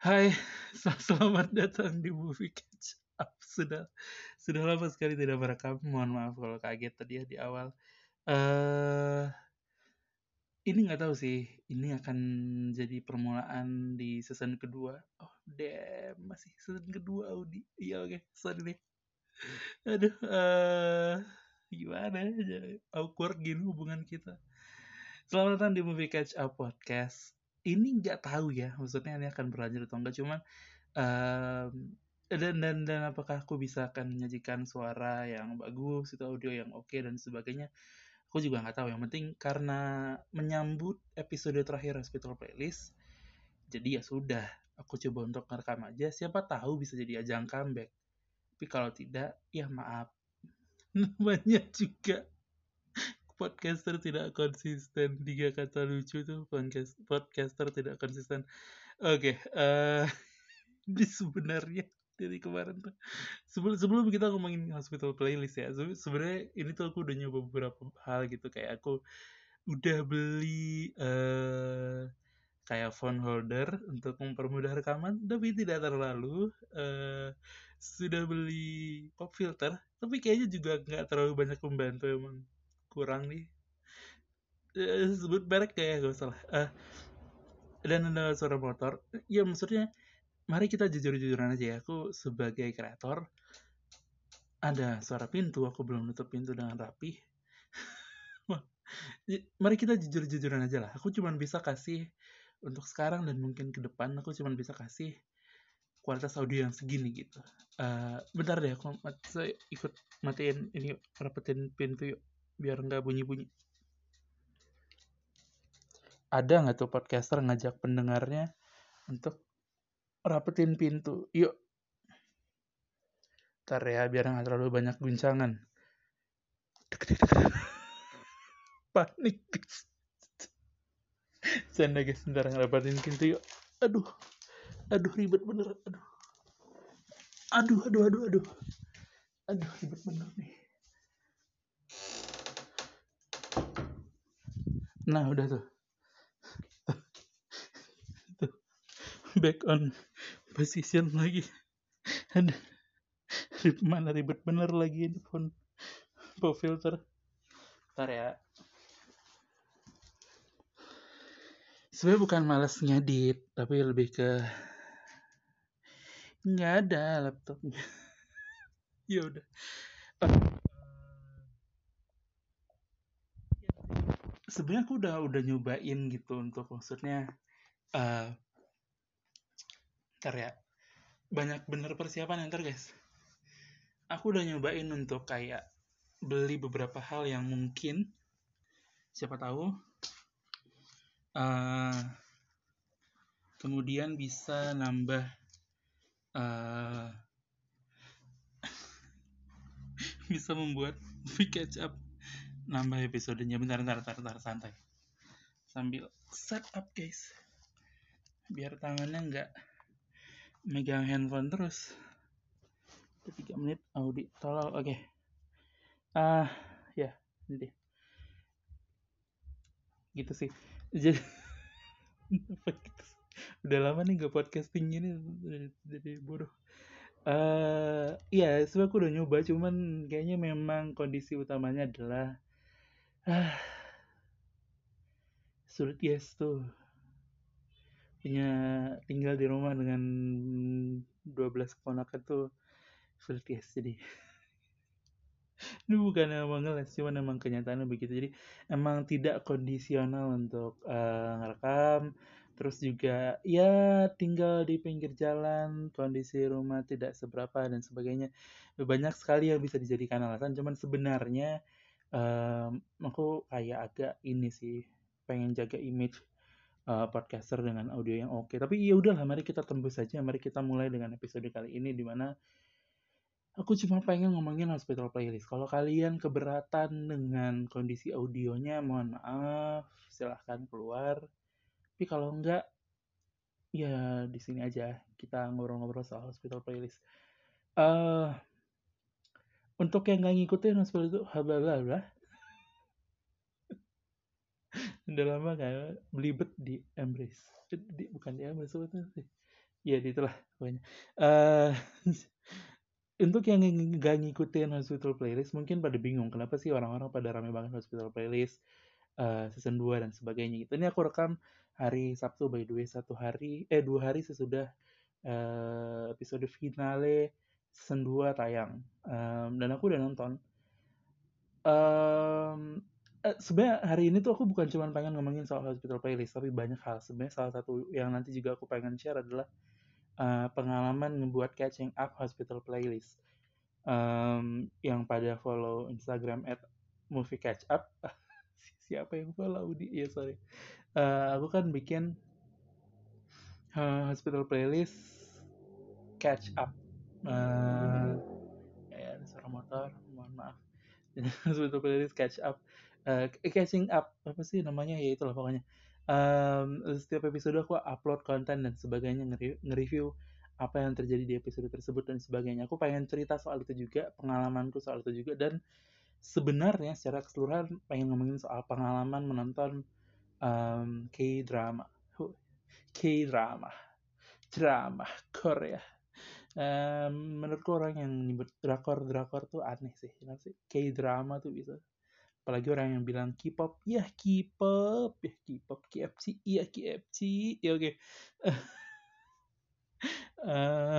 Hai, selamat datang di Movie Catch Up. Sudah lama sekali tidak merekam. Mohon maaf kalau kaget tadi ya di awal. Eh, ini nggak tahu sih. Ini akan jadi permulaan di season kedua. Oh, damn, masih season kedua Audi. Iya oke, sorry deh. Aduh, gimana ya? Awkward gini hubungan kita. Selamat datang di Movie Catch Up Podcast. Ini nggak tahu ya, maksudnya ini akan berlanjut atau enggak. Cuman dan apakah aku bisa akan menyajikan suara yang bagus, itu audio yang oke dan sebagainya, aku juga nggak tahu. Yang penting karena menyambut episode terakhir Hospital Playlist, jadi ya sudah, aku coba untuk ngerekam aja, siapa tahu bisa jadi ajang comeback. Tapi kalau tidak, ya maaf. Namanya juga podcaster tidak konsisten. 3 kata lucu tuh, podcaster tidak konsisten. Oke, ini sebenarnya dari kemarin tuh sebelum sebelum kita ngomongin hospital playlist ya, sebenarnya ini tuh aku udah nyoba beberapa hal gitu. Kayak aku udah beli kayak phone holder untuk mempermudah rekaman tapi tidak terlalu. Sudah beli pop filter tapi kayaknya juga nggak terlalu banyak membantu, emang kurang nih. Sebut merek kayak gak salah. Dan ada suara motor. Ya maksudnya mari kita jujur-jujuran aja ya, aku sebagai kreator, ada suara pintu, aku belum nutup pintu dengan rapi. Wah, mari kita jujur-jujuran aja lah. Aku cuma bisa kasih untuk sekarang dan mungkin ke depan, aku cuma bisa kasih kualitas audio yang segini gitu. Bentar deh, saya ikut matiin ini yuk, rapetin pintu yuk, biar nggak bunyi-bunyi. Ada nggak tuh podcaster ngajak pendengarnya untuk rapetin pintu? Yuk, ntar ya, biar nggak terlalu banyak guncangan. Panik guys. Canda guys, bentar ngerapatin pintu yuk. Aduh, aduh ribet bener. Aduh ribet bener nih. Nah udah tuh, back on position lagi. Aduh, mana ribet bener lagi ini phone pop filter. Ntar ya. Sebenarnya bukan malas ngedit, tapi lebih ke nggak ada laptopnya. Ya udah. Sebenarnya aku udah nyobain gitu untuk maksudnya ntar ya, banyak bener persiapan ntar guys. Aku udah nyobain untuk kayak beli beberapa hal yang mungkin siapa tahu kemudian bisa nambah bisa membuat movie catch up, nambah episodenya. Bentar santai sambil setup guys, biar tangannya nggak megang handphone terus. 3 menit Audi tolol. Oke. Ya ini deh gitu sih. Jadi udah lama nih nggak podcasting gini, jadi bodoh. Iya, sebenarnya aku udah nyoba, cuman kayaknya memang kondisi utamanya adalah sulit guys tuh, punya tinggal di rumah dengan 12 keponakan tuh sulit guys. Jadi ini bukan emang ngeles, cuman emang kenyataannya begitu. Jadi emang tidak kondisional untuk ngerekam. Terus juga ya tinggal di pinggir jalan, kondisi rumah tidak seberapa dan sebagainya. Banyak sekali yang bisa dijadikan alasan. Cuman sebenarnya aku kayak agak ini sih, pengen jaga image podcaster dengan audio yang oke. Tapi ya udahlah, mari kita tembus saja. Mari kita mulai dengan episode kali ini, di mana aku cuma pengen ngomongin hospital playlist. Kalau kalian keberatan dengan kondisi audionya, mohon maaf, silahkan keluar. Tapi kalau enggak, ya di sini aja kita ngobrol-ngobrol soal hospital playlist. Untuk yang nggak ngikutin hospital itu, hablablabla, udah lama nggak belibet di Embrace. Bukan di Embrace, apa sih? Ya itulah pokoknya. Eh untuk yang nggak ngikutin Hospital Playlist mungkin pada bingung kenapa sih orang-orang pada rame banget Hospital Playlist season 2 dan sebagainya gitu. Ini aku rekam hari Sabtu by the way, 2 hari sesudah episode finale season 2 tayang. Dan aku udah nonton. Sebenarnya hari ini tuh aku bukan cuma pengen ngomongin soal Hospital Playlist, tapi banyak hal. Sebenarnya salah satu yang nanti juga aku pengen share adalah pengalaman ngebuat catching up Hospital Playlist. Yang pada follow Instagram @movie catch up. Siapa yang follow di? Iya sorry. Aku kan bikin Hospital Playlist catch up. Uh, ya ada suara motor, mohon maaf. Hospital Playlist catch up. Catching up apa sih namanya ya itulah pokoknya. Setiap episode aku upload konten dan sebagainya, nge-review apa yang terjadi di episode tersebut dan sebagainya. Aku pengen cerita soal itu juga, pengalamanku soal itu juga, dan sebenarnya secara keseluruhan pengen ngomongin soal pengalaman menonton K-drama. K-drama, drama Korea. Menurutku orang yang nyebut drakor tuh aneh sih. Kenapa sih K-drama tuh bisa? Apalagi orang yang bilang K-pop, ya K-pop, ya K-pop, KFC, iya KFC, ya oke. Eh,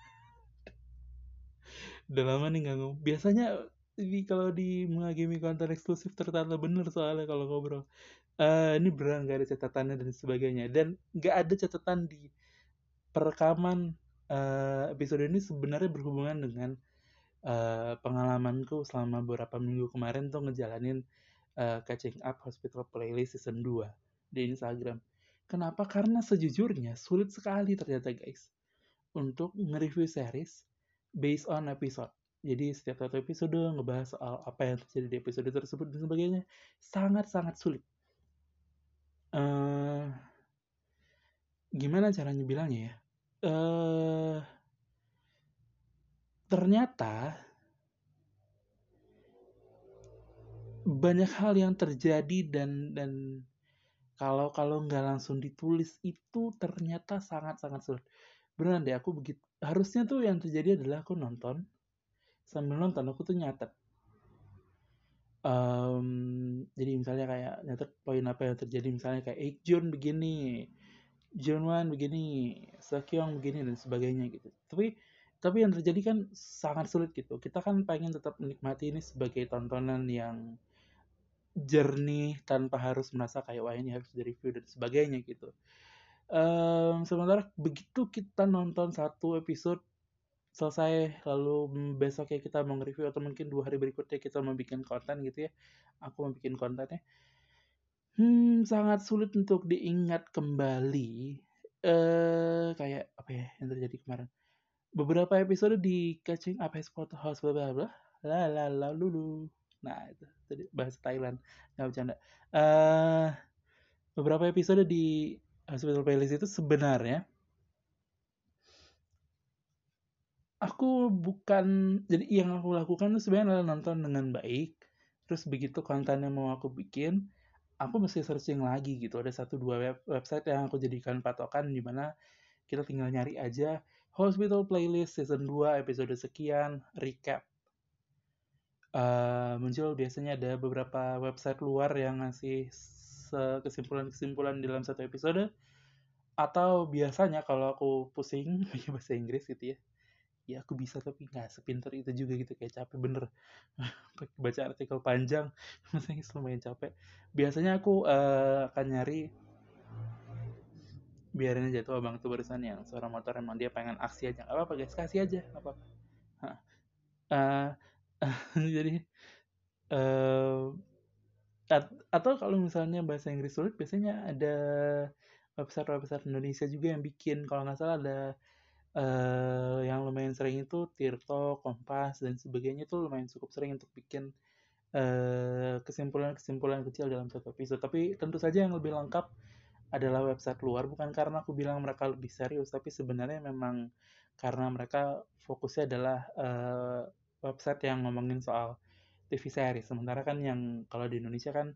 Udah lama nih nggak ngomong. Biasanya kalau di mengagumi konten eksklusif tertata bener soalnya kalau ngobrol. Ini beneran nggak ada catatannya dan sebagainya. Dan nggak ada catatan di perekaman episode ini sebenarnya berhubungan dengan pengalamanku selama beberapa minggu kemarin tuh ngejalanin catching up Hospital Playlist season 2 di Instagram. Kenapa? Karena sejujurnya sulit sekali ternyata guys untuk nge-review series based on episode. Jadi setiap satu episode ngebahas soal apa yang terjadi di episode tersebut dan sebagainya sangat-sangat sulit. Uh, Gimana caranya bilangnya ya? Ternyata banyak hal yang terjadi dan kalau kalau nggak langsung ditulis itu ternyata sangat-sangat sulit. Beneran deh aku begitu. Harusnya tuh yang terjadi adalah aku nonton, sambil nonton aku tuh nyatet. Jadi misalnya kayak nyatet poin apa yang terjadi, misalnya kayak Jun begini, Junwan begini, Sekyong begini dan sebagainya gitu. Tapi yang terjadi kan sangat sulit gitu. Kita kan pengen tetap menikmati ini sebagai tontonan yang jernih tanpa harus merasa kayak wah ini harus di-review dan sebagainya gitu. Sementara begitu kita nonton satu episode selesai, lalu besoknya kita mau nge-review atau mungkin 2 hari berikutnya kita mau bikin konten gitu ya. Aku mau bikin kontennya. Sangat sulit untuk diingat kembali. Kayak apa ya yang terjadi kemarin? Beberapa episode di Catching Up House bla bla bla. La la la lulu. Nah, itu tadi bahasa Thailand. Nggak bercanda. Eh Beberapa episode di Hospital Playlist itu sebenarnya aku bukan, jadi yang aku lakukan tuh sebenarnya adalah nonton dengan baik. Terus begitu kontennya mau aku bikin, aku mesti searching lagi gitu. Ada satu dua website yang aku jadikan patokan di mana kita tinggal nyari aja Hospital Playlist season 2 episode sekian recap. Muncul biasanya ada beberapa website luar yang ngasih kesimpulan-kesimpulan dalam satu episode. Atau biasanya kalau aku pusing pakai bahasa Inggris gitu ya, ya aku bisa tapi nggak sepinter itu juga gitu, kayak capek bener baca artikel panjang bahasa Inggris lumayan capek. Biasanya aku akan nyari, biarin aja tuh abang tuh barusan yang suara motor emang dia pengen aksi aja, nggak apa-apa guys, kasih aja nggak apa-apa. Uh, jadi uh, atau kalau misalnya bahasa Inggris sulit biasanya ada website-website Indonesia juga yang bikin, kalau nggak salah ada yang lumayan sering itu Tirto, Kompas, dan sebagainya itu lumayan cukup sering untuk bikin kesimpulan-kesimpulan kecil dalam satu episode. Tapi tentu saja yang lebih lengkap adalah website luar, bukan karena aku bilang mereka lebih serius, tapi sebenarnya memang karena mereka fokusnya adalah website yang ngomongin soal TV series. Sementara kan yang kalau di Indonesia kan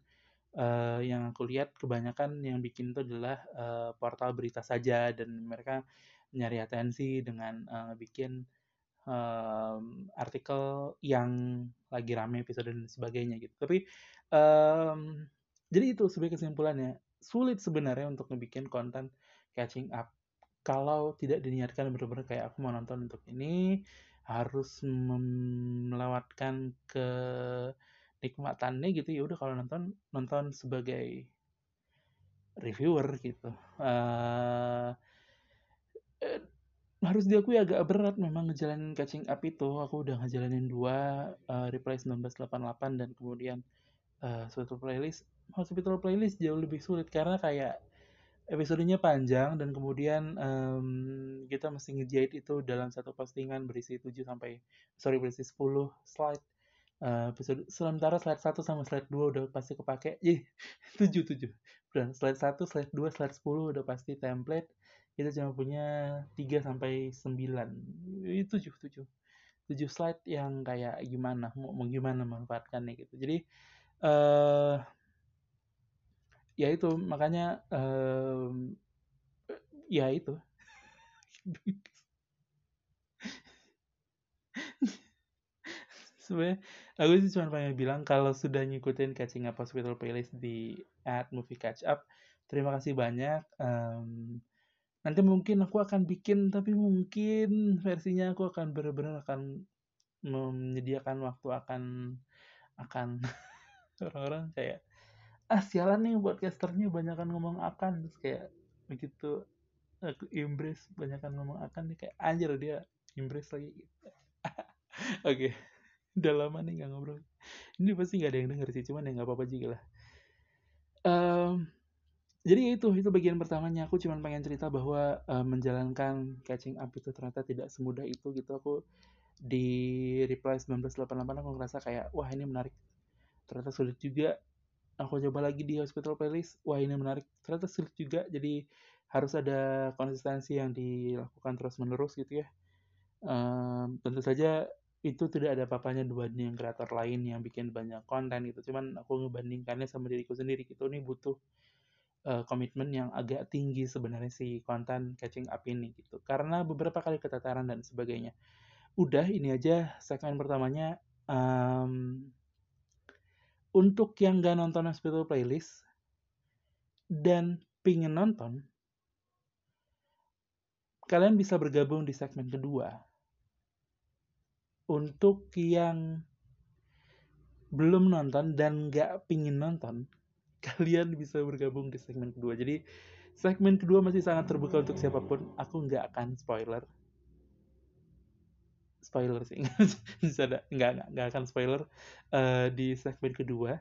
yang aku lihat kebanyakan yang bikin itu adalah portal berita saja, dan mereka nyari atensi dengan bikin artikel yang lagi rame episode dan sebagainya gitu. Tapi jadi itu sebagai kesimpulannya, sulit sebenarnya untuk ngebikin konten catching up kalau tidak diniatkan benar-benar kayak aku mau nonton untuk ini, harus melewatkan ke nikmatannya gitu. Ya udah, kalau nonton nonton sebagai reviewer gitu. Eh eh, harus diakui agak berat memang ngejalanin catching up itu. Aku udah ngejalanin dua, Reply 1988 dan kemudian Hospital Playlist. Hospital Playlist jauh lebih sulit karena kayak episodenya panjang dan kemudian kita mesti ngejahit itu dalam satu postingan berisi 10 slide. Episode sementara slide 1 sama slide 2 udah pasti kepake. 7 7. Dan slide 1, slide 2, slide 10 udah pasti template. Kita cuma punya 3 sampai 9. Itu 7 7. 7 slide yang kayak gimana mau gimana manfaatkannya gitu. Jadi eh ya itu makanya ya itu. Sebenarnya aku sih cuma pengen bilang kalau sudah ngikutin Catching Up Hospital Playlist di @movie_catch_up, terima kasih banyak. Nanti mungkin aku akan bikin, tapi mungkin versinya aku akan benar-benar akan menyediakan waktu akan orang-orang kayak sialan nih podcasternya banyakan ngomong akan, terus kayak begitu aku embrace banyakan ngomong akan nih kayak anjir dia embrace lagi gitu. Oke, udah lama nih nggak ngobrol. Ini pasti nggak ada yang denger sih, cuman ya nggak apa-apa juga lah. Jadi itu bagian pertamanya. Aku cuma pengen cerita bahwa menjalankan catching up itu ternyata tidak semudah itu gitu. Aku di Reply 1988 aku ngerasa kayak wah ini menarik, ternyata sulit juga. Aku coba lagi di Hospital Playlist, wah ini menarik, ternyata sulit juga. Jadi harus ada konsistensi yang dilakukan terus menerus gitu ya. Tentu saja itu tidak ada apa-apanya dibanding kreator lain yang bikin banyak konten gitu. Cuman aku ngebandingkannya sama diriku sendiri gitu. Ini butuh komitmen yang agak tinggi sebenarnya si konten catching up ini gitu. Karena beberapa kali ketataran dan sebagainya. Udah ini aja segmen pertamanya. Untuk yang gak nonton Hospital Playlist dan pingin nonton, kalian bisa bergabung di segmen kedua. Untuk yang belum nonton dan gak pingin nonton, kalian bisa bergabung di segmen kedua. Jadi segmen kedua masih sangat terbuka untuk siapapun. Aku nggak akan spoiler sih. Nggak akan spoiler di segmen kedua.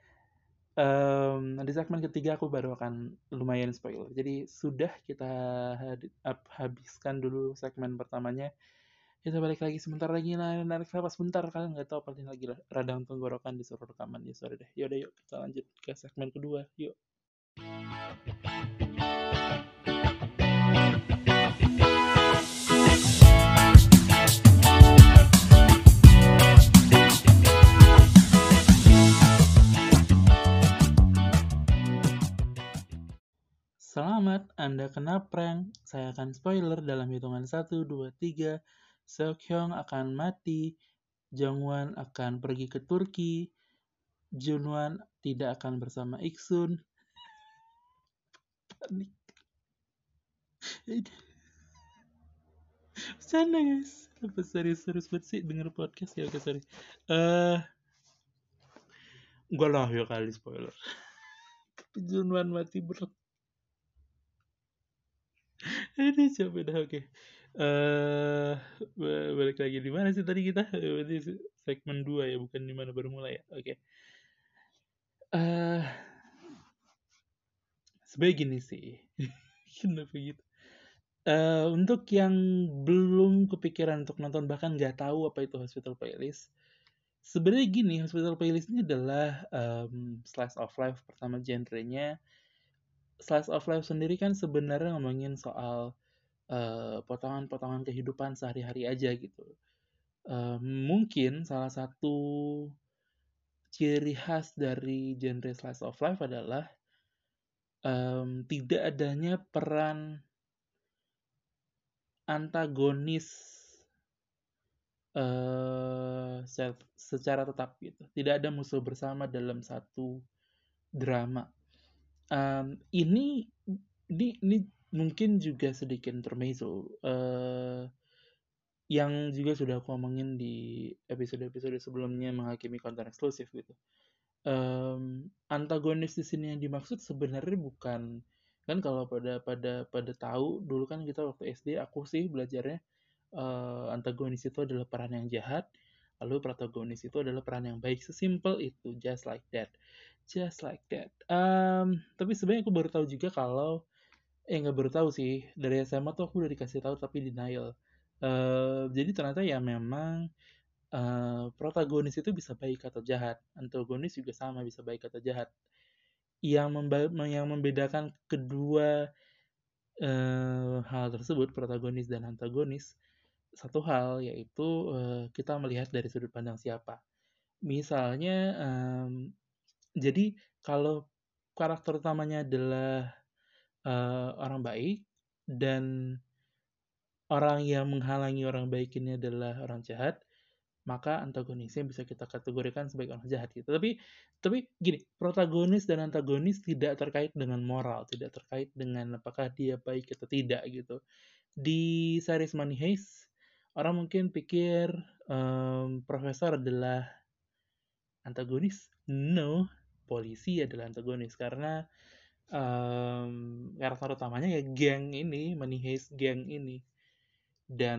Di segmen ketiga aku baru akan lumayan spoiler. Jadi sudah kita habiskan dulu segmen pertamanya. Kita balik lagi sebentar lagi, narik nafas sebentar, kalian nggak tahu paling lagi radang tenggorokan disuruh rekaman ya, sorry deh. Yaudah yuk kita lanjut ke segmen kedua yuk. Selamat, Anda kena prank. Saya akan spoiler dalam hitungan 1, 2, 3. Seokhyung akan mati. Jongwon akan pergi ke Turki. Junwan tidak akan bersama Iksun. Panik. Sana guys. Apa serius banget sih denger podcast ya? Oke, sorry. Gue lah ya kali spoiler. Tapi Junwan mati berat. Ini capek dah, oke. Balik lagi di mana sih tadi kita? Berarti segmen 2 ya, bukan di mana baru mulai ya. Oke. Sebenarnya gini sih. Kenapa gitu? Untuk yang belum kepikiran untuk nonton bahkan nggak tahu apa itu Hospital Playlist. Sebenarnya gini, Hospital Playlist ini adalah slice of life pertama genrenya. Slice of life sendiri kan sebenarnya ngomongin soal potongan-potongan kehidupan sehari-hari aja gitu. Mungkin salah satu ciri khas dari genre slice of life adalah tidak adanya peran antagonis secara tetap gitu. Tidak ada musuh bersama dalam satu drama. Ini mungkin juga sedikit intermezzo, yang juga sudah aku omongin di episode-episode sebelumnya menghakimi konten eksklusif gitu. Antagonis di sini yang dimaksud sebenarnya bukan, kan kalau pada tahu dulu kan kita waktu SD, aku sih belajarnya antagonis itu adalah peran yang jahat, lalu protagonis itu adalah peran yang baik. Sesimpel itu, just like that, just like that. Tapi sebenarnya aku baru tahu juga kalau nggak baru tahu sih, dari SMA tuh aku udah dikasih tahu tapi denial. Jadi ternyata ya memang protagonis itu bisa baik atau jahat, antagonis juga sama bisa baik atau jahat. Yang membedakan kedua hal tersebut, protagonis dan antagonis, satu hal yaitu kita melihat dari sudut pandang siapa. Misalnya, jadi kalau karakter utamanya adalah orang baik dan orang yang menghalangi orang baik ini adalah orang jahat, maka antagonisnya bisa kita kategorikan sebagai orang jahat gitu. Tapi gini, protagonis dan antagonis tidak terkait dengan moral, tidak terkait dengan apakah dia baik atau tidak gitu. Di series Money Heist, orang mungkin pikir profesor adalah antagonis. No, polisi adalah antagonis karena karakter utamanya ya geng ini, Money Heist geng ini. Dan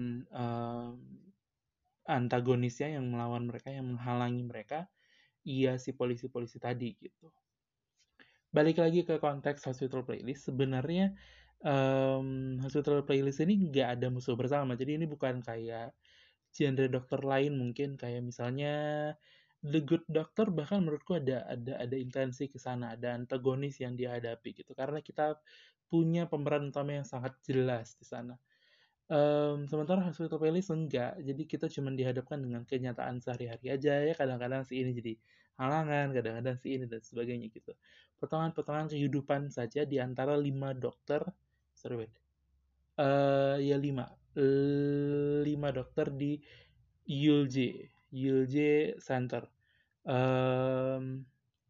antagonisnya yang melawan mereka, yang menghalangi mereka, iya si polisi-polisi tadi gitu. Balik lagi ke konteks Hospital Playlist, sebenarnya Hospital Playlist ini nggak ada musuh bersama. Jadi ini bukan kayak genre dokter lain mungkin kayak misalnya The Good Doctor, bahkan menurutku ada intensi ke sana, ada antagonis yang dihadapi gitu. Karena kita punya pemeran utama yang sangat jelas di sana. Sementara Hospital Playlist enggak, jadi kita cuma dihadapkan dengan kenyataan sehari-hari aja ya, kadang-kadang si ini jadi halangan, kadang-kadang si ini dan sebagainya gitu. Potongan-potongan kehidupan saja di antara 5 dokter, sorry wait, ya 5, 5 dokter di Yulje Center. Um,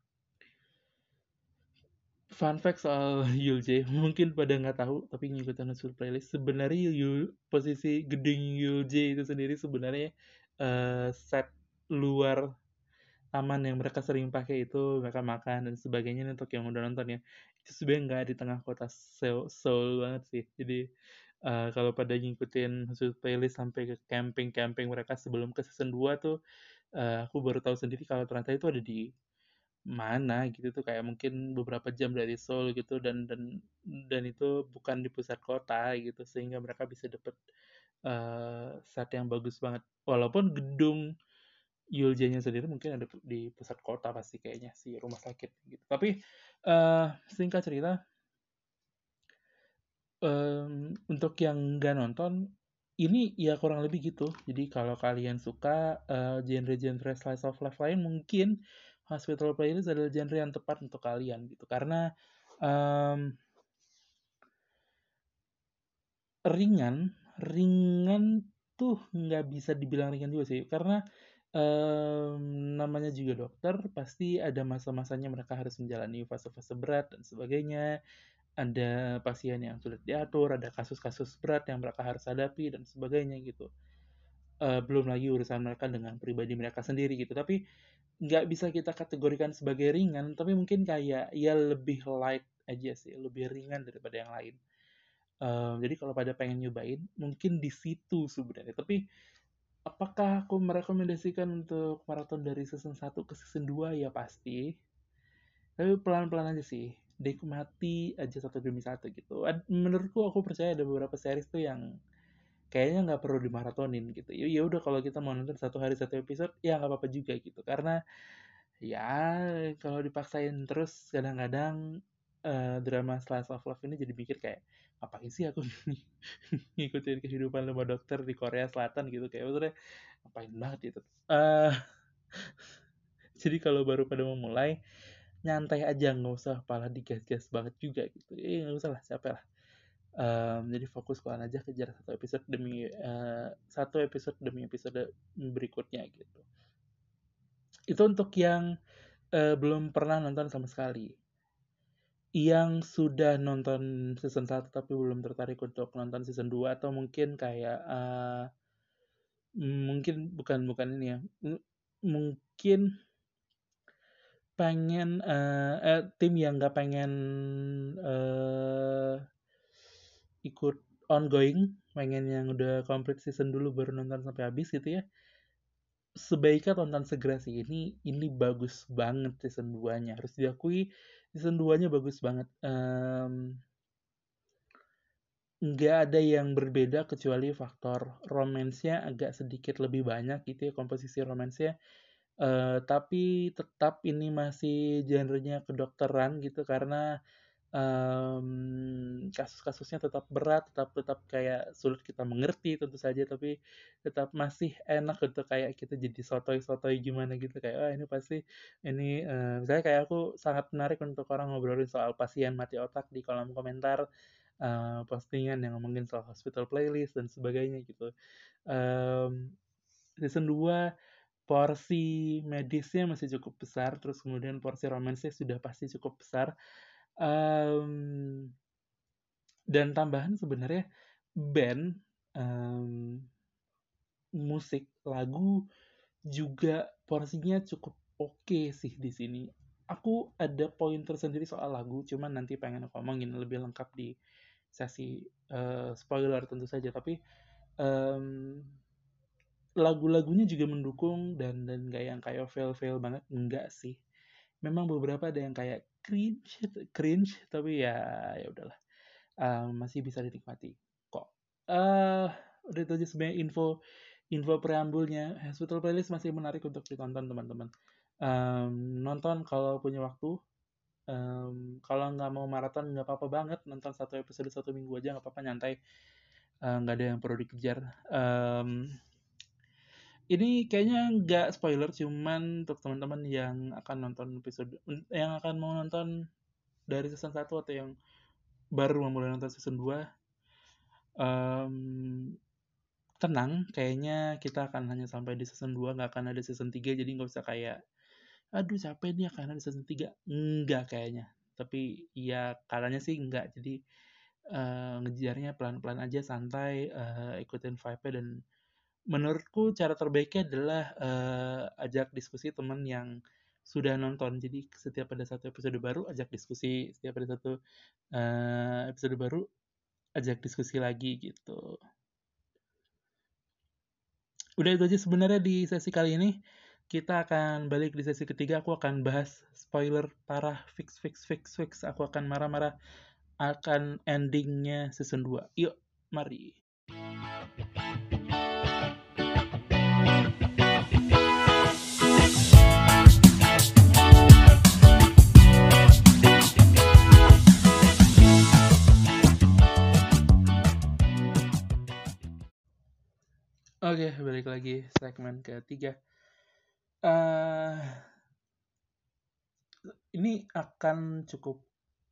Fun fact soal Yulje, mungkin pada nggak tahu, tapi ngikutin Nashville Playlist. Sebenarnya posisi gedung Yulje itu sendiri sebenarnya set luar taman yang mereka sering pakai itu, mereka makan dan sebagainya. Untuk yang udah nonton ya, itu sebenarnya nggak di tengah kota Seoul banget sih. Jadi kalau pada ngikutin Nashville Playlist sampai ke camping-camping mereka sebelum ke season 2 tuh, aku baru tahu sendiri kalau ternyata itu ada di mana gitu tuh, kayak mungkin beberapa jam dari Seoul gitu, dan itu bukan di pusat kota gitu, sehingga mereka bisa dapet set yang bagus banget. Walaupun gedung Yulja-nya sendiri mungkin ada di pusat kota pasti kayaknya si rumah sakit gitu. Tapi singkat cerita, untuk yang nggak nonton, ini ya kurang lebih gitu. Jadi kalau kalian suka genre-genre slice of life lain, mungkin Hospital Playlist adalah genre yang tepat untuk kalian gitu. Karena um, ringan tuh nggak bisa dibilang ringan juga sih. Karena namanya juga dokter, pasti ada masa-masanya mereka harus menjalani fase-fase berat dan sebagainya. Ada pasien yang sulit diatur, ada kasus-kasus berat yang mereka harus hadapi dan sebagainya gitu. Belum lagi urusan mereka dengan pribadi mereka sendiri gitu. Tapi nggak bisa kita kategorikan sebagai ringan, tapi mungkin kayak ya lebih light aja sih, lebih ringan daripada yang lain. Jadi kalau pada pengen nyobain, mungkin di situ sebenarnya. Tapi apakah aku merekomendasikan untuk maraton dari season 1 ke season 2? Ya pasti. Tapi pelan-pelan aja sih, nikmati aja satu demi satu gitu. Menurutku aku percaya ada beberapa series tuh yang kayaknya nggak perlu dimaratonin gitu. Ya udah, kalau kita mau nonton satu hari satu episode ya nggak apa-apa juga gitu. Karena ya kalau dipaksain terus kadang-kadang drama slice of life ini jadi mikir kayak ngapain sih aku ngikutin kehidupan lima dokter di Korea Selatan gitu, kayak maksudnya ngapain banget itu. Eh jadi kalau baru pada mau mulai, nyantai aja, nggak usah kepala digas-gas banget juga gitu. Nggak usah lah, capek lah. Jadi fokus kalian aja kejar satu episode demi episode berikutnya gitu. Itu untuk yang belum pernah nonton sama sekali. Yang sudah nonton season 1 tapi belum tertarik untuk nonton season 2 atau mungkin kayak mungkin bukan ini ya. Mungkin pengen tim yang nggak pengen ikut ongoing, pengen yang udah komplit season dulu baru nonton sampai habis gitu ya. Sebaiknya tonton segera sih. Ini bagus banget season 2-nya. Harus diakui season 2-nya bagus banget. Nggak ada yang berbeda kecuali faktor romance-nya agak sedikit lebih banyak gitu ya, komposisi romance-nya. Tapi tetap ini masih genrenya kedokteran gitu karena kasus-kasusnya tetap berat, tetap kayak sulit kita mengerti tentu saja, tapi tetap masih enak gitu kayak kita jadi sotoy-sotoy gimana gitu kayak ini pasti ini misalnya kayak aku sangat menarik untuk orang ngobrolin soal pasien mati otak di kolom komentar postingan yang ngomongin soal hospital playlist dan sebagainya gitu. Season 2 porsi medisnya masih cukup besar, terus kemudian porsi romansnya sudah pasti cukup besar. Dan tambahan sebenarnya band, musik, lagu juga porsinya cukup oke sih di sini. Aku ada poin tersendiri soal lagu, cuman nanti pengen aku omongin lebih lengkap di sesi spoiler tentu saja. Tapi lagu-lagunya juga mendukung dan nggak yang kayak fail banget, enggak sih. Memang beberapa ada yang kayak cringe tapi ya udahlah. Masih bisa dinikmati kok. Udah itu aja sebenarnya info preambulnya. Hospital Playlist masih menarik untuk ditonton teman-teman. Nonton kalau punya waktu. Kalau nggak mau maraton nggak apa-apa banget, nonton satu episode 1 minggu aja nggak apa-apa, nyantai. Nggak ada yang perlu dikejar. Ini kayaknya nggak spoiler, cuman untuk teman-teman yang akan mau nonton dari season 1 atau yang baru memulai nonton season 2, tenang, kayaknya kita akan hanya sampai di season 2, nggak akan ada season 3, jadi nggak usah kayak, aduh capek nih akan ada season 3, nggak kayaknya. Tapi ya katanya sih nggak, jadi ngejarnya pelan-pelan aja, santai, ikutin vibe-nya, dan menurutku cara terbaiknya adalah ajak diskusi teman yang sudah nonton. Jadi setiap ada satu episode baru, ajak diskusi. Setiap ada satu episode baru, ajak diskusi lagi gitu. Udah itu aja sebenarnya di sesi kali ini. Kita akan balik di sesi ketiga. Aku akan bahas spoiler parah, fix. Aku akan marah-marah akan endingnya season 2. Yuk, mari. Oke, balik lagi segmen ketiga. Ini akan cukup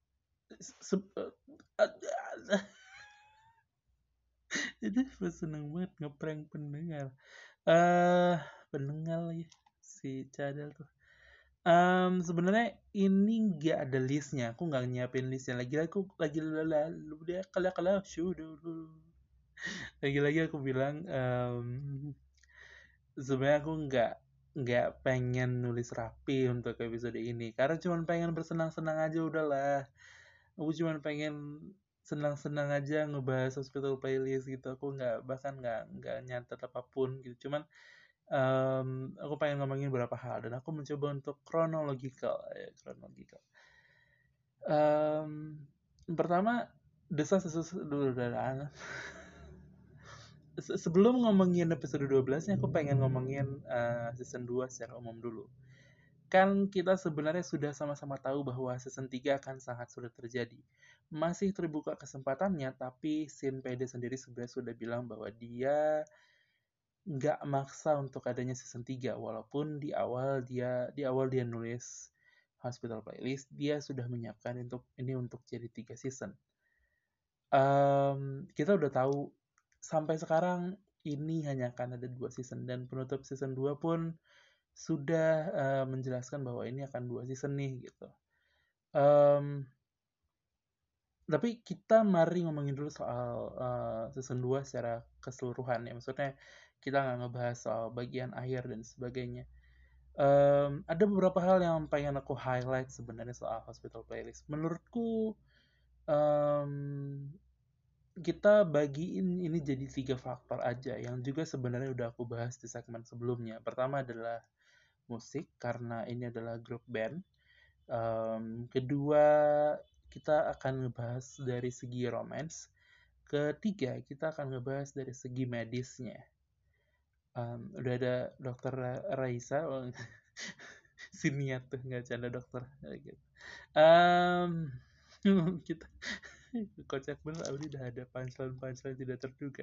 itu seneng banget ngeprank pendengar. Pendengar lagi si Cadel tuh. Sebenarnya ini nggak ada listnya. Aku nggak nyiapin listnya. Lagi-lagi aku bilang sebenarnya aku nggak pengen nulis rapi untuk episode ini karena cuma pengen bersenang-senang aja udahlah. Aku cuma pengen senang-senang aja ngebahas hospital playlist gitu. Aku bahkan nggak nyatet apapun gitu. Cuman aku pengen ngomongin beberapa hal dan aku mencoba untuk kronologikal. Pertama, sebelum ngomongin episode 12-nya, aku pengen ngomongin season 2 secara umum dulu. Kan kita sebenarnya sudah sama-sama tahu bahwa season 3 akan sangat sulit terjadi. Masih terbuka kesempatannya, tapi Shin Pede sendiri sebenarnya sudah bilang bahwa dia nggak maksa untuk adanya season 3, walaupun di awal dia nulis Hospital Playlist, dia sudah menyiapkan untuk jadi 3 season. Kita udah tahu sampai sekarang ini hanya akan ada 2 season dan penutup season 2 pun sudah, menjelaskan bahwa ini akan 2 season nih gitu. Tapi kita mari ngomongin dulu soal, season 2 secara keseluruhan ya, maksudnya kita nggak ngebahas soal bagian akhir dan sebagainya. Ada beberapa hal yang pengen aku highlight sebenarnya soal Hospital Playlist. Menurutku, mmm, kita bagiin ini jadi 3 faktor aja yang juga sebenarnya udah aku bahas di segmen sebelumnya. Pertama adalah musik, karena ini adalah grup band. Kedua, kita akan ngebahas dari segi romance. Ketiga, kita akan ngebahas dari segi medisnya. Udah ada dokter Raisa, si niat tuh nggak canda dokter. Gitu. Um, kita kocak bener, Audi udah ada punchline-punchline tidak terduga.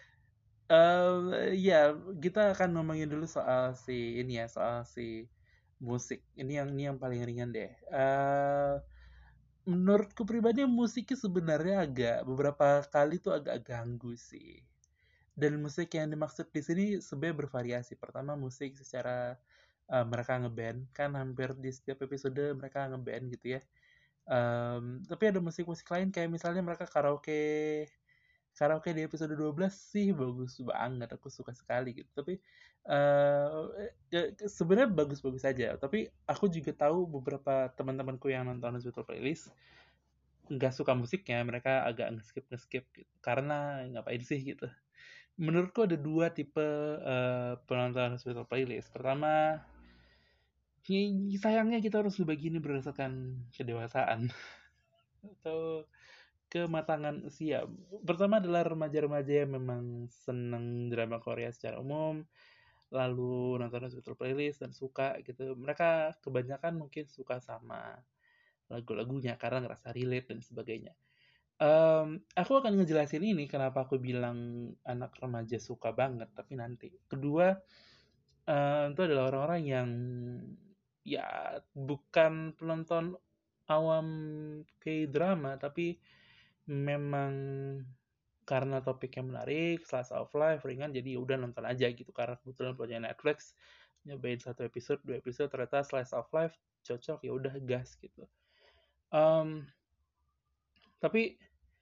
Ya, kita akan ngomongin dulu soal si ini ya, soal si musik. Ini yang paling ringan deh. Menurutku pribadi musiknya sebenarnya beberapa kali tuh agak ganggu sih. Dan musik yang dimaksud di sini sebenarnya bervariasi. Pertama musik secara mereka ngeband, kan hampir di setiap episode mereka ngeband gitu ya. Tapi ada musik-musik lain kayak misalnya mereka karaoke. Karaoke di episode 12 sih bagus banget, aku suka sekali gitu. Tapi sebenarnya bagus-bagus aja. Tapi aku juga tahu beberapa teman-temanku yang nonton Hospital Playlist nggak suka musiknya, mereka agak ngeskip gitu. Karena ngapain sih gitu. Menurutku ada dua tipe penonton Hospital Playlist. Pertama, sayangnya kita harus berbagi ini berdasarkan kedewasaan atau kematangan usia. Pertama adalah remaja-remaja yang memang seneng drama Korea secara umum, lalu nonton Hospital Playlist dan suka gitu. Mereka kebanyakan mungkin suka sama lagu-lagunya karena ngerasa relate dan sebagainya. Aku akan ngejelasin ini kenapa aku bilang anak remaja suka banget, tapi nanti. Kedua, itu adalah orang-orang yang ya bukan penonton awam K-drama, tapi memang karena topiknya menarik, slice of life, ringan, jadi udah nonton aja gitu. Karena kebetulan punya Netflix, nyobain 1 episode, 2 episode, ternyata slice of life cocok, ya udah gas gitu. Um, tapi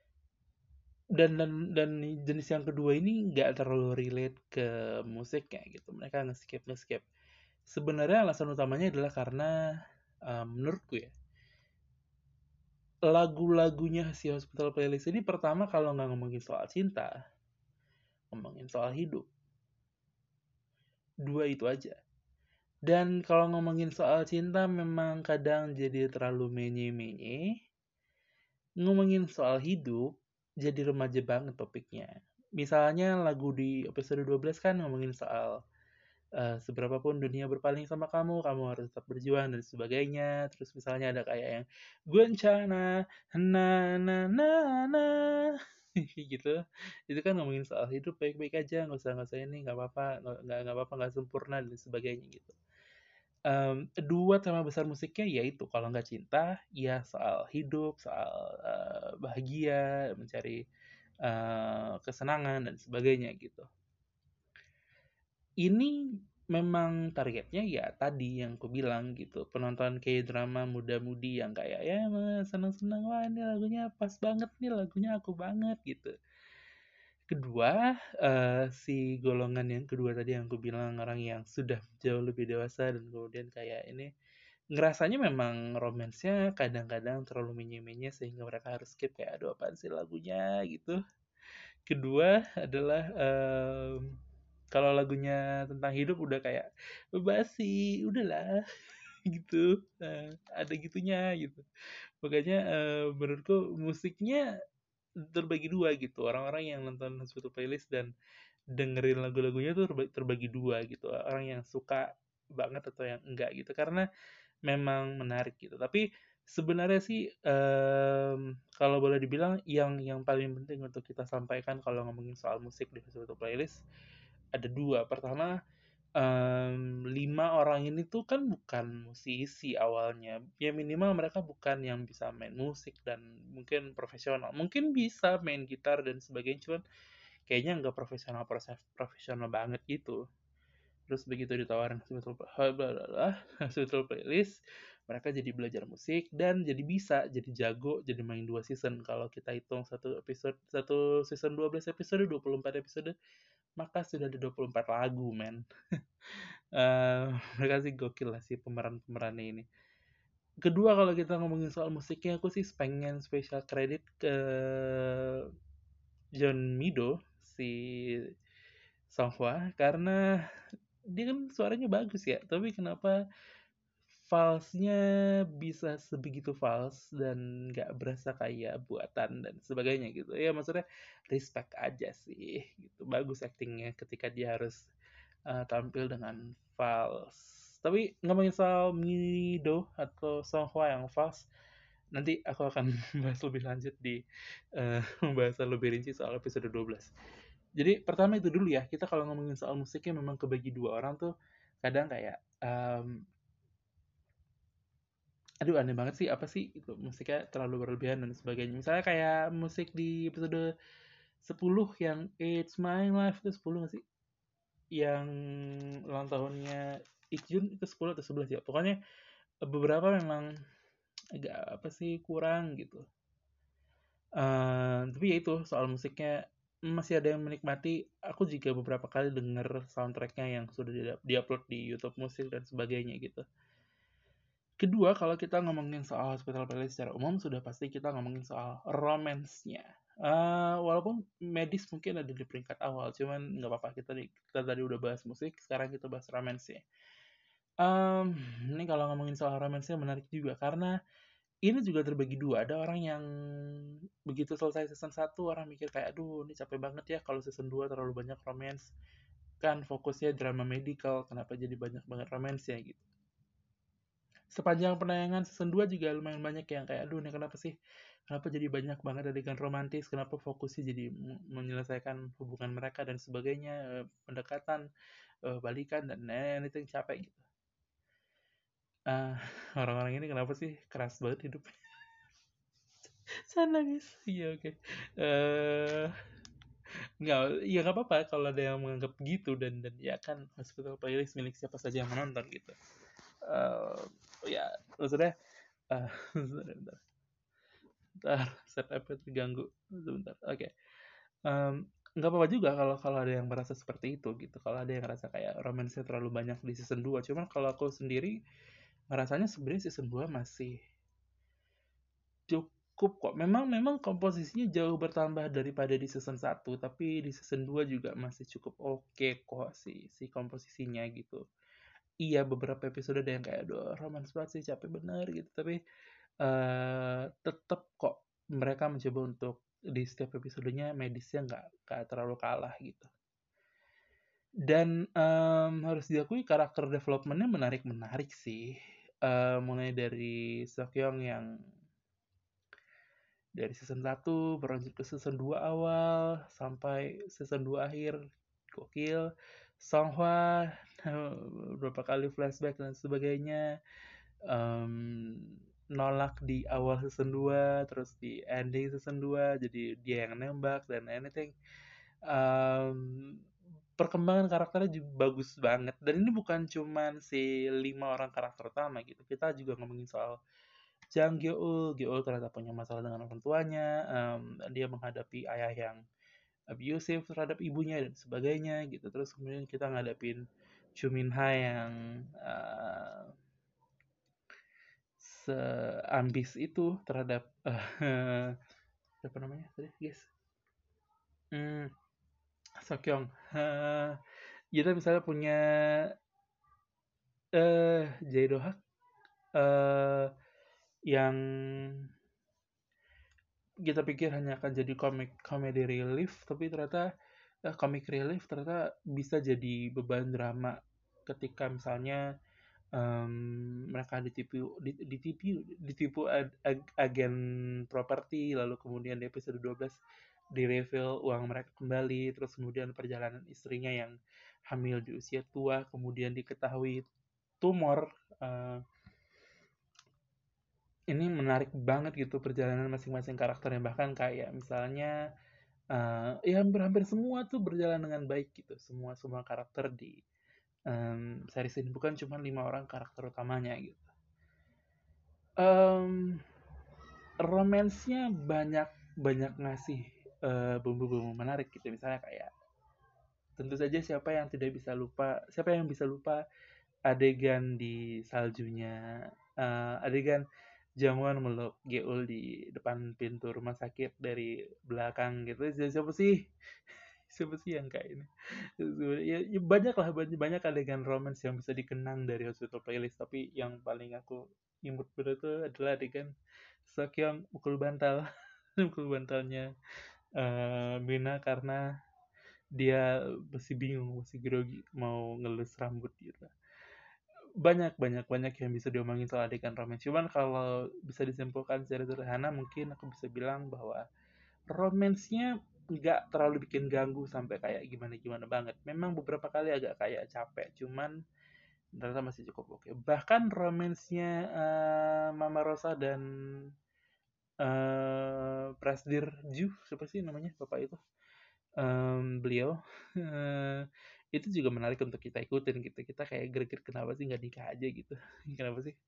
dan jenis yang kedua ini nggak terlalu relate ke musiknya gitu. Mereka nge-skip. Sebenarnya alasan utamanya adalah karena menurutku ya, lagu-lagunya si Hospital Playlist ini pertama kalau nggak ngomongin soal cinta, ngomongin soal hidup. Dua itu aja. Dan kalau ngomongin soal cinta memang kadang jadi terlalu menye-menye. Ngomongin soal hidup, jadi remaja banget topiknya. Misalnya lagu di episode 12 kan ngomongin soal seberapa pun dunia berpaling sama kamu, kamu harus tetap berjuang dan sebagainya. Terus misalnya ada kayak yang Guancana, na na na na gitu. Itu kan ngomongin soal hidup baik-baik aja, nggak usah ini, nggak apa-apa, nggak apa-apa, nggak sempurna dan sebagainya gitu. Dua tema besar musiknya yaitu kalau nggak cinta, ya soal hidup, soal bahagia, mencari kesenangan dan sebagainya gitu. Ini memang targetnya ya tadi yang aku bilang gitu, penonton K-drama muda-mudi yang kayak ya seneng-seneng, wah ini lagunya pas banget nih, lagunya aku banget gitu. Kedua, si golongan yang kedua tadi yang aku bilang orang yang sudah jauh lebih dewasa dan kemudian kayak ini ngerasanya memang romansnya kadang-kadang terlalu menye-menye sehingga mereka harus skip kayak aduh apaan sih lagunya gitu. Kedua adalah kalau lagunya tentang hidup udah kayak basi, udahlah gitu. Nah, ada gitunya gitu. Makanya menurutku musiknya terbagi dua gitu. Orang-orang yang nonton suatu playlist dan dengerin lagu-lagunya tuh terbagi dua gitu. Orang yang suka banget atau yang enggak gitu. Karena memang menarik gitu. Tapi sebenarnya sih kalau boleh dibilang yang paling penting untuk kita sampaikan kalau ngomongin soal musik di suatu playlist ada dua. Pertama, 5 orang ini tuh kan bukan musisi awalnya. Ya minimal mereka bukan yang bisa main musik dan mungkin profesional. Mungkin bisa main gitar dan sebagainya, cuman kayaknya nggak profesional banget gitu. Terus begitu ditawarin Hospital Playlist, mereka jadi belajar musik dan jadi bisa, jadi jago, jadi main 2 season. Kalau kita hitung satu season 12 episode, 24 episode, maka sudah ada 24 lagu, men. Mereka sih gokil lah sih pemeran-pemerannya ini. Kedua, kalau kita ngomongin soal musiknya, aku sih pengen special credit ke John Mido, si Songhua, karena dia kan suaranya bagus ya, tapi kenapa falsnya bisa sebegitu fals dan nggak berasa kayak buatan dan sebagainya gitu. Ya maksudnya respect aja sih gitu. Bagus actingnya ketika dia harus tampil dengan fals. Tapi ngomongin soal Mido atau Songhua yang fals, nanti aku akan bahas lebih lanjut di pembahasan lebih rinci soal episode 12. Jadi pertama itu dulu ya, kita kalau ngomongin soal musiknya memang kebagi dua orang tuh kadang kayak aduh aneh banget sih, apa sih itu musiknya terlalu berlebihan dan sebagainya. Misalnya kayak musik di episode 10 yang It's My Life, itu 10 nggak sih? Yang ulang tahunnya Ikjun itu 10 atau 11 ya. Pokoknya beberapa memang agak apa sih kurang gitu. Tapi ya itu soal musiknya masih ada yang menikmati. Aku juga beberapa kali denger soundtracknya yang sudah diupload di YouTube Musik dan sebagainya gitu. Kedua, kalau kita ngomongin soal Hospital Playlist secara umum, sudah pasti kita ngomongin soal romance-nya. Walaupun medis mungkin ada di peringkat awal, cuman nggak apa-apa, kita tadi udah bahas musik, sekarang kita bahas romance-nya. Ini kalau ngomongin soal romance-nya menarik juga, karena ini juga terbagi dua. Ada orang yang begitu selesai season 1, orang mikir kayak, aduh ini capek banget ya kalau season 2 terlalu banyak romance. Kan fokusnya drama medical, kenapa jadi banyak banget romance ya gitu. Sepanjang penayangan season 2 juga lumayan banyak yang kayak aduh nih kenapa sih, kenapa jadi banyak banget adegan romantis, kenapa fokusnya jadi menyelesaikan hubungan mereka dan sebagainya, pendekatan, balikan dan anything, capek gitu. Ah, orang-orang ini kenapa sih keras banget hidupnya. Sana guys, iya oke. Eh, nggak, ya nggak apa-apa kalau ada yang menganggap gitu, dan ya kan Hospital Playlist milik siapa saja yang menonton gitu. Eh, ya maksudnya, sebentar, setupnya terganggu sebentar. Oke. Nggak apa-apa juga kalau kalau ada yang merasa seperti itu gitu. Kalau ada yang ngerasa kayak romance-nya terlalu banyak di season 2. Cuman kalau aku sendiri ngerasanya sebenarnya season 2 masih cukup kok. Memang memang komposisinya jauh bertambah daripada di season 1, tapi di season 2 juga masih cukup oke kok si komposisinya gitu. Iya, beberapa episode ada yang kayak aduh romance banget sih, capek bener gitu. Tapi tetap kok mereka mencoba untuk di setiap episodenya medisnya nggak terlalu kalah gitu. Dan harus diakui karakter developmentnya menarik sih. Mulai dari Seokyeong yang dari season 1 berlanjut ke season 2 awal sampai season 2 akhir, gokil. Songhwa beberapa kali flashback dan sebagainya, um, nolak di awal season 2 terus di ending season 2 jadi dia yang nembak dan anything. um, Perkembangan karakternya juga bagus banget, dan ini bukan cuman si 5 orang karakter utama gitu, kita juga ngomongin soal Jang Gyeol ternyata punya masalah dengan orang tuanya, dia menghadapi ayah yang abusive terhadap ibunya dan sebagainya gitu. Terus kemudian kita ngadapin Chu Min Ha yang seambis itu terhadap apa namanya tadi guys, hmm, Seokyeong. Kita misalnya punya Jae Do Hak yang kita pikir hanya akan jadi comedy relief, tapi ternyata comic relief ternyata bisa jadi beban drama ketika misalnya mereka ditipu agen properti, lalu kemudian di episode 12 di reveal uang mereka kembali, terus kemudian perjalanan istrinya yang hamil di usia tua, kemudian diketahui tumor. Ini menarik banget gitu perjalanan masing-masing karakternya, bahkan kayak misalnya ya hampir-hampir semua tuh berjalan dengan baik gitu, semua semua karakter di series ini, bukan cuma 5 orang karakter utamanya gitu. um, Romance-nya banyak banyak ngasih bumbu-bumbu menarik gitu, misalnya kayak tentu saja siapa yang bisa lupa adegan di saljunya, adegan jamuan meluk Geul di depan pintu rumah sakit dari belakang gitu. Siapa sih? Siapa sih yang kayak ini? Ya, banyak lah, banyak adegan romance yang bisa dikenang dari Hospital Playlist, tapi yang paling aku imut bener tuh adalah adegan Seokyeong mukul bantal, mukul bantalnya Mina karena dia masih bingung, masih grogi mau ngelus rambut gitu. Banyak yang bisa diomongin soal adegan romance. Cuman kalau bisa disimpulkan secara sederhana, mungkin aku bisa bilang bahwa romance-nya nggak terlalu bikin ganggu sampai kayak gimana-gimana banget. Memang beberapa kali agak kayak capek, cuman ternyata masih cukup oke. Bahkan romance-nya Mama Rosa dan Prasdir Ju, siapa sih namanya bapak itu? Beliau eh, itu juga menarik untuk kita ikutin gitu. Kita kayak greget kenapa sih nggak nikah aja gitu. Kenapa sih?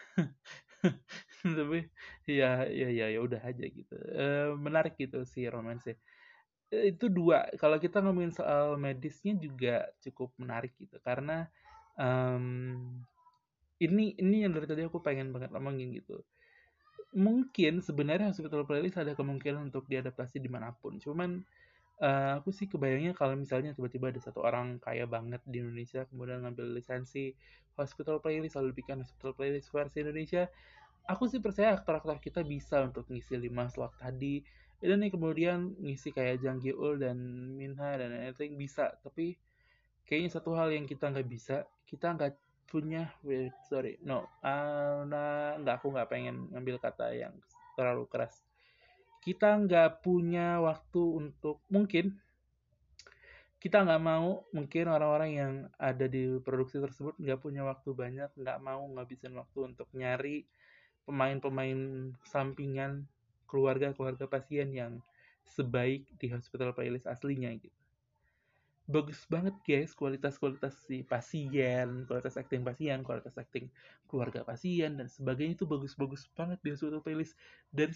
Tapi ya udah aja gitu. Menarik gitu si romance. Itu dua. Kalau kita ngomongin soal medisnya juga cukup menarik gitu karena em, ini yang dari tadi aku pengen banget ngomongin gitu. Mungkin sebenarnya Hospital Playlist ada kemungkinan untuk diadaptasi dimanapun. Cuman aku sih kebayangnya kalau misalnya tiba-tiba ada satu orang kaya banget di Indonesia kemudian ngambil lisensi Hospital Playlist lalu bikin Hospital Playlist versi Indonesia. Aku sih percaya aktor-aktor kita bisa untuk ngisi 5 slot tadi. Dan nih kemudian ngisi kayak Jang Gi-eul dan Minha dan anything bisa. Tapi kayaknya satu hal yang kita nggak bisa, kita nggak punya, wait, sorry, no, nggak, aku nggak pengen ngambil kata yang terlalu keras. Kita nggak punya waktu untuk, mungkin kita nggak mau, mungkin orang-orang yang ada di produksi tersebut nggak punya waktu banyak, nggak mau ngabisin waktu untuk nyari pemain-pemain sampingan keluarga-keluarga pasien yang sebaik di Hospital Playlist aslinya gitu. Bagus banget guys kualitas-kualitas si pasien, kualitas acting pasien, kualitas acting keluarga pasien dan sebagainya itu bagus-bagus banget di Hospital Playlist. Dari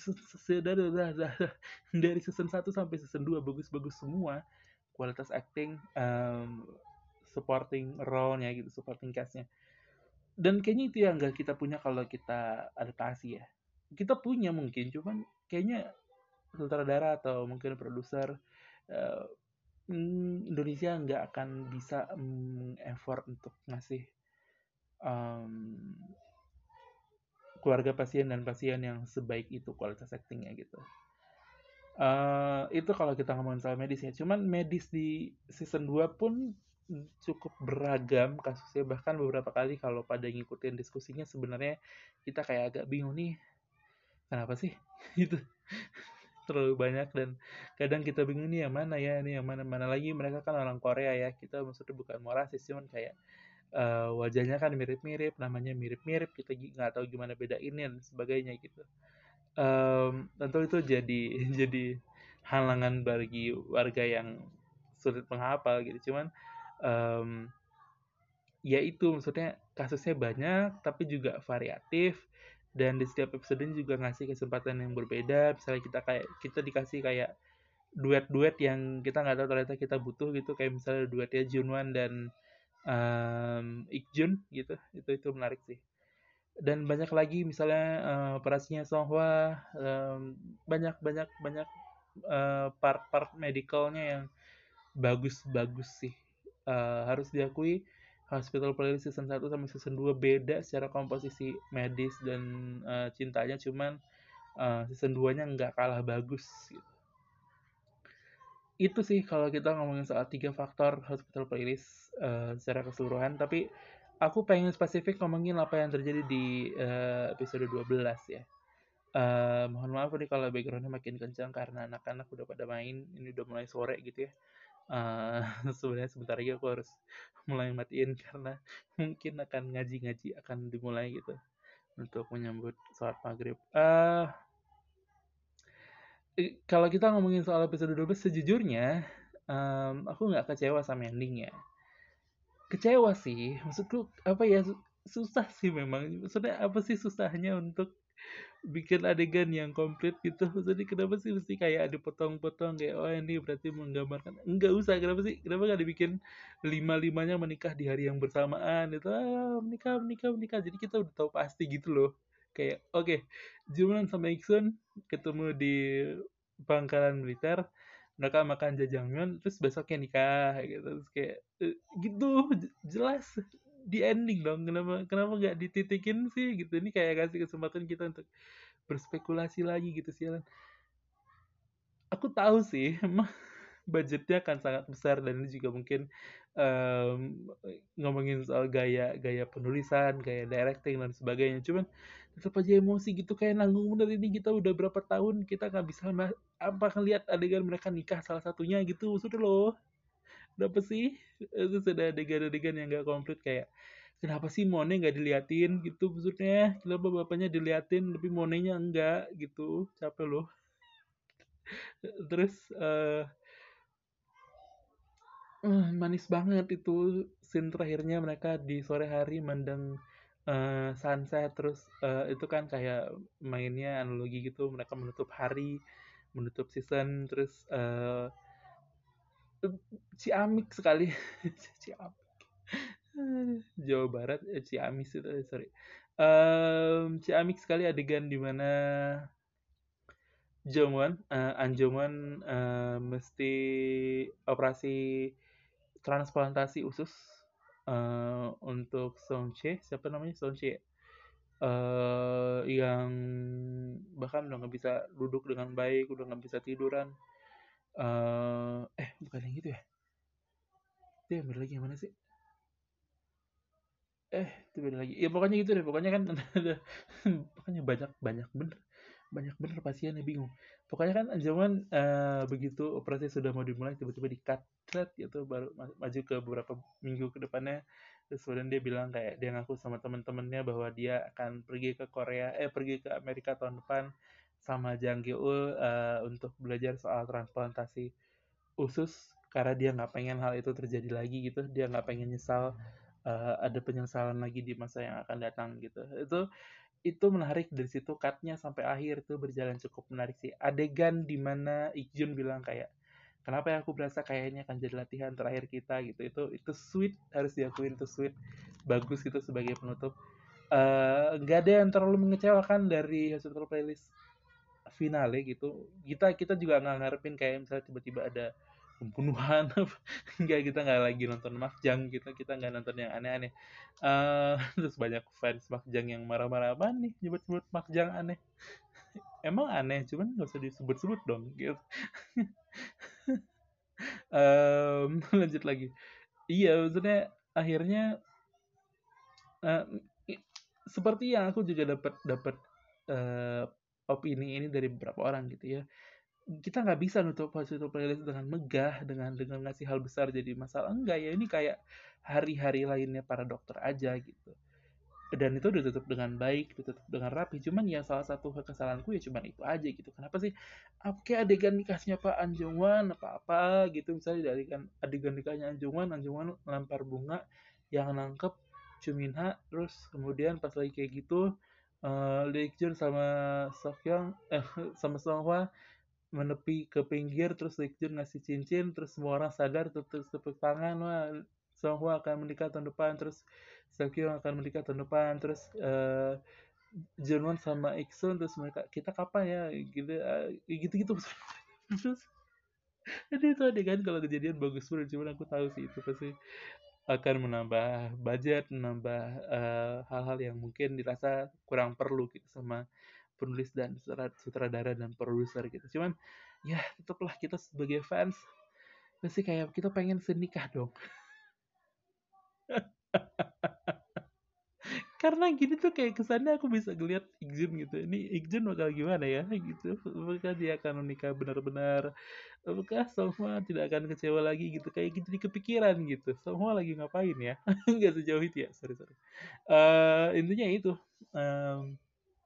dari season 1 sampai season 2 bagus-bagus semua kualitas acting, supporting role-nya gitu, supporting cast-nya. Dan kayaknya itu yang nggak kita punya kalau kita adaptasi ya. Kita punya mungkin, cuman kayaknya sutradara atau mungkin produser eh, Indonesia nggak akan bisa effort untuk ngasih em, keluarga pasien dan pasien yang sebaik itu kualitas actingnya gitu. Itu kalau kita ngomongin soal medis ya. Cuman medis di season 2 pun cukup beragam kasusnya. Bahkan beberapa kali kalau pada ngikutin diskusinya sebenarnya kita kayak agak bingung nih. Kenapa sih? Itu terlalu banyak dan kadang kita bingung nih yang mana ya, ini yang mana mana lagi mereka kan orang Korea ya. Kita maksudnya bukan mau rasis, cuman kayak wajahnya kan mirip-mirip, namanya mirip-mirip, kita nggak tahu gimana bedainnya dan sebagainya gitu. Tentu itu jadi jadi halangan bagi warga yang sulit menghafal gitu. Cuman um, ya itu maksudnya kasusnya banyak tapi juga variatif dan di setiap episode ini juga ngasih kesempatan yang berbeda. Misalnya kita dikasih kayak duet-duet yang kita nggak tahu ternyata kita butuh gitu, kayak misalnya duetnya Junwan dan Ikjun gitu. Itu menarik sih. Dan banyak lagi misalnya operasinya Songhwa, banyak banyak banyak part-part medicalnya yang bagus-bagus sih. Harus diakui Hospital Playlist season 1 sama season 2 beda secara komposisi medis dan cintanya, cuman season 2-nya nggak kalah bagus gitu. Itu sih kalau kita ngomongin soal 3 faktor Hospital Playlist secara keseluruhan, tapi aku pengen spesifik ngomongin apa yang terjadi di episode 12 ya. Mohon maaf nih kalau backgroundnya makin kencang karena anak-anak udah pada main, ini udah mulai sore gitu ya. Sebenarnya sebentar lagi aku harus mulai matiin karena mungkin akan ngaji-ngaji akan dimulai gitu untuk menyambut sholat maghrib. Kalau kita ngomongin soal episode 12, sejujurnya aku nggak kecewa sama endingnya. Kecewa sih, maksudku apa ya, susah sih memang. Maksudnya apa sih susahnya untuk bikin adegan yang komplit gitu? Maksudnya kenapa sih mesti kayak dipotong-potong kayak oh ini berarti menggambarkan? Enggak usah, kenapa sih? Kenapa nggak dibikin lima-limanya menikah di hari yang bersamaan itu? Menikah, menikah, menikah. Jadi kita udah tahu pasti gitu loh. Kayak oke, Juman sama Iksun ketemu di pangkalan militer, mereka makan jajangmyeon terus besoknya nikah gitu. Terus kayak gitu jelas di ending dong. Kenapa nggak dititikin sih gitu? Ini kayak kasih kesempatan kita untuk berspekulasi lagi gitu sih. Aku tahu sih emang budgetnya akan sangat besar dan ini juga mungkin em, ngomongin soal gaya gaya penulisan, gaya directing dan sebagainya. Cuman tetap aja emosi gitu kayak nanggung bener ini kita udah berapa tahun kita nggak bisa apa ngelihat adegan mereka nikah salah satunya gitu. Sudah loh, kenapa sih? Itu ada adegan-adegan yang nggak komplit kayak kenapa sih Mone nggak diliatin gitu maksudnya? Kenapa bapaknya diliatin tapi Monenya enggak gitu? Capek loh. Terus manis banget itu scene terakhirnya mereka di sore hari mandang sunset terus itu kan kayak mainnya analogi gitu mereka menutup hari, menutup season terus ciamik sekali. Ciamik. Jawa Barat, Ciamis itu sorry. Ciamik sekali adegan di mana Anjungan mesti operasi transplantasi usus untuk Songche, siapa namanya Songche, yang bahkan udah nggak bisa duduk dengan baik, udah nggak bisa tiduran. Bukan yang gitu ya? Itu yang bener lagi yang mana sih? Itu beda lagi. Ya pokoknya gitu deh. Pokoknya kan ada pokoknya banyak banyak bener pasiennya bingung. Pokoknya kan zaman begitu operasi sudah mau dimulai tiba-tiba di-cut gitu baru maju ke beberapa minggu ke depannya terus kemudian dia bilang kayak dia ngaku sama teman-temannya bahwa dia akan pergi ke pergi ke Amerika tahun depan sama Jang Geul untuk belajar soal transplantasi usus karena dia nggak pengen hal itu terjadi lagi gitu dia nggak pengen nyesal ada penyesalan lagi di masa yang akan datang gitu itu menarik dari situ cutnya sampai akhir itu berjalan cukup menarik sih adegan dimana Ikjun bilang kayak kenapa ya aku berasa kayaknya akan jadi latihan terakhir kita gitu itu sweet harus diakuin itu sweet bagus gitu sebagai penutup nggak ada yang terlalu mengecewakan dari Hospital Playlist finale gitu kita kita juga nggak ngarepin kayak misalnya tiba-tiba ada pembunuhan nggak kita nggak lagi nonton Makjang kita kita nggak nonton yang aneh-aneh terus banyak fans Makjang yang marah-marah apa nih nyebut-nyebut Makjang aneh emang aneh cuman nggak usah disebut-sebut dong gitu. Lanjut lagi iya maksudnya akhirnya eh, seperti yang aku juga dapat dapat eh, opini ini dari beberapa orang gitu ya kita nggak bisa nutup Hospital Playlist dengan megah dengan ngasih hal besar jadi masalah enggak ya ini kayak hari-hari lainnya para dokter aja gitu dan itu ditutup dengan baik ditutup dengan rapi cuman ya salah satu kesalahanku ya cuman itu aja gitu kenapa sih kayak adegan nikahnya Pak Anjungwan apa gitu misalnya dari adegan nikahnya Anjungwan lempar bunga yang nangkep Cuminha terus kemudian pas lagi kayak gitu Lee Jun sama Sokyong sama Songhwa menepi ke pinggir terus Lee ngasih cincin terus semua orang sadar terus tepuk tangan wah Songhua akan menikah tahun depan terus Seokyeong akan menikah tahun depan terus Junwon sama Iksun terus mereka kita kapan ya gitu gitu gitu terus ada itu adegan kalau kejadian bagus banget cuman aku tahu sih itu pasti akan menambah budget menambah hal-hal yang mungkin dirasa kurang perlu gitu sama penulis dan sutradara dan produser gitu cuman ya tetaplah kita sebagai fans pasti kayak kita pengen senikah dong karena gini tuh kayak kesannya aku bisa ngeliat Ikjun gitu, ini Ikjun bakal gimana ya gitu, apakah dia akan menikah benar-benar, apakah Songhwa tidak akan kecewa lagi gitu, kayak gitu di kepikiran gitu, Songhwa lagi ngapain ya. Nggak sejauh itu ya, sorry sorry. Intinya itu, em,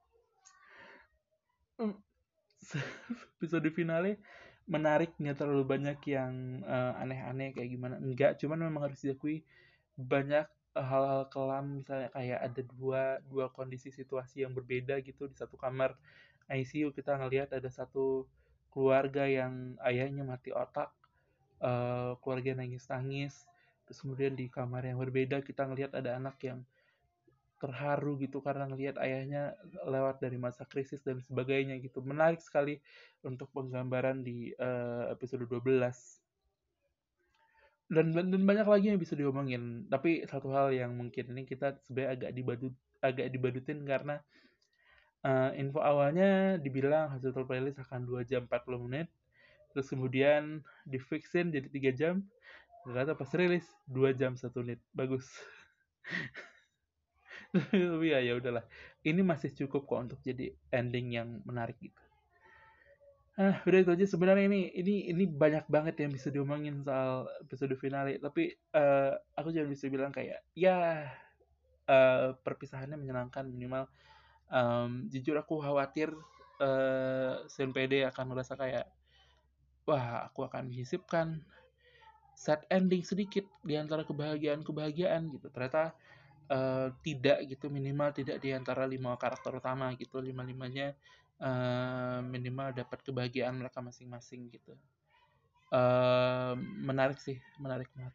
em, episode finale menarik, nggak terlalu banyak yang aneh-aneh kayak gimana, enggak, cuman memang harus diakui banyak hal-hal kelam, misalnya kayak ada dua dua kondisi situasi yang berbeda gitu di satu kamar ICU. Kita ngelihat ada satu keluarga yang ayahnya mati otak, keluarga nangis-nangis, terus kemudian di kamar yang berbeda kita ngelihat ada anak yang terharu gitu karena ngelihat ayahnya lewat dari masa krisis dan sebagainya gitu. Menarik sekali untuk penggambaran di episode 12. Dan banyak lagi yang bisa diomongin. Tapi satu hal yang mungkin ini kita sebenarnya agak dibadutin karena info awalnya dibilang hasil playlist akan 2 jam 40 menit. Terus kemudian difixin jadi 3 jam. Ternyata pas rilis 2 jam 1 menit. Bagus. Tapi ya udahlah. Ini masih cukup kok untuk jadi ending yang menarik gitu. Udah itu aja sebenarnya. Ini banyak banget yang bisa diomongin soal episode finale. Tapi aku cuma bisa bilang kayak ya perpisahannya menyenangkan minimal. Jujur aku khawatir SNPD akan merasa kayak wah aku akan menyisipkan sad ending sedikit di antara kebahagiaan gitu. Ternyata tidak gitu, minimal tidak di antara 5 karakter utama gitu, lima-limanya minimal dapat kebahagiaan mereka masing-masing gitu. Menarik sih, menarik banget.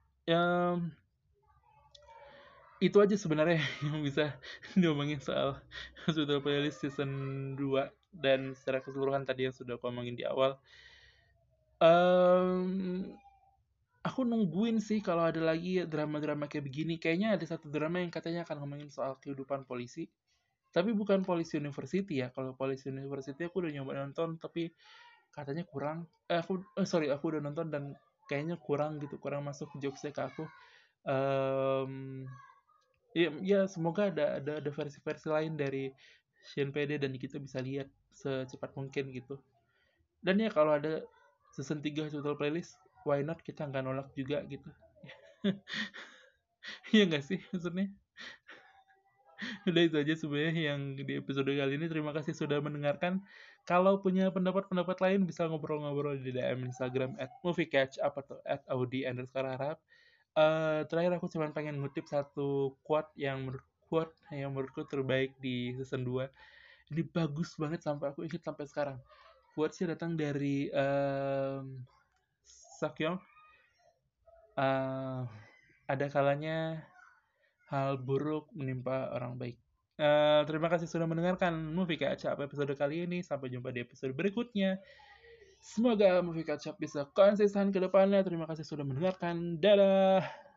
Itu aja sebenarnya yang bisa diomongin soal Sudah Playlist season 2 dan secara keseluruhan tadi yang sudah aku omongin di awal. Um, aku nungguin sih kalau ada lagi drama-drama kayak begini. Kayaknya ada satu drama yang katanya akan ngomongin soal kehidupan polisi. Tapi bukan Polisi University ya. Kalau Polisi University aku udah nyoba nonton, tapi katanya kurang. Aku udah nonton dan kayaknya kurang gitu, kurang masuk jokesnya ke aku. Um, ya semoga ada versi-versi lain dari Shinpede dan kita bisa lihat secepat mungkin gitu. Dan ya kalau ada season 3 total playlist, why not, kita nggak nolak juga gitu. Iya nggak sih maksudnya? Udah itu aja sebenarnya yang di episode kali ini. Terima kasih sudah mendengarkan. Kalau punya pendapat-pendapat lain bisa ngobrol-ngobrol di DM Instagram @moviecatch atau @audi_harap. Terakhir aku cuma pengen ngutip satu quote yang menurutku terbaik di season 2. Ini bagus banget sampai aku ingat sampai sekarang. Quotes-nya datang dari Sakyong. Ada kalanya hal buruk menimpa orang baik. Terima kasih sudah mendengarkan Movie Catch Up episode kali ini. Sampai jumpa di episode berikutnya. Semoga Movie Catch Up bisa konsisten ke depannya. Terima kasih sudah mendengarkan. Dadah!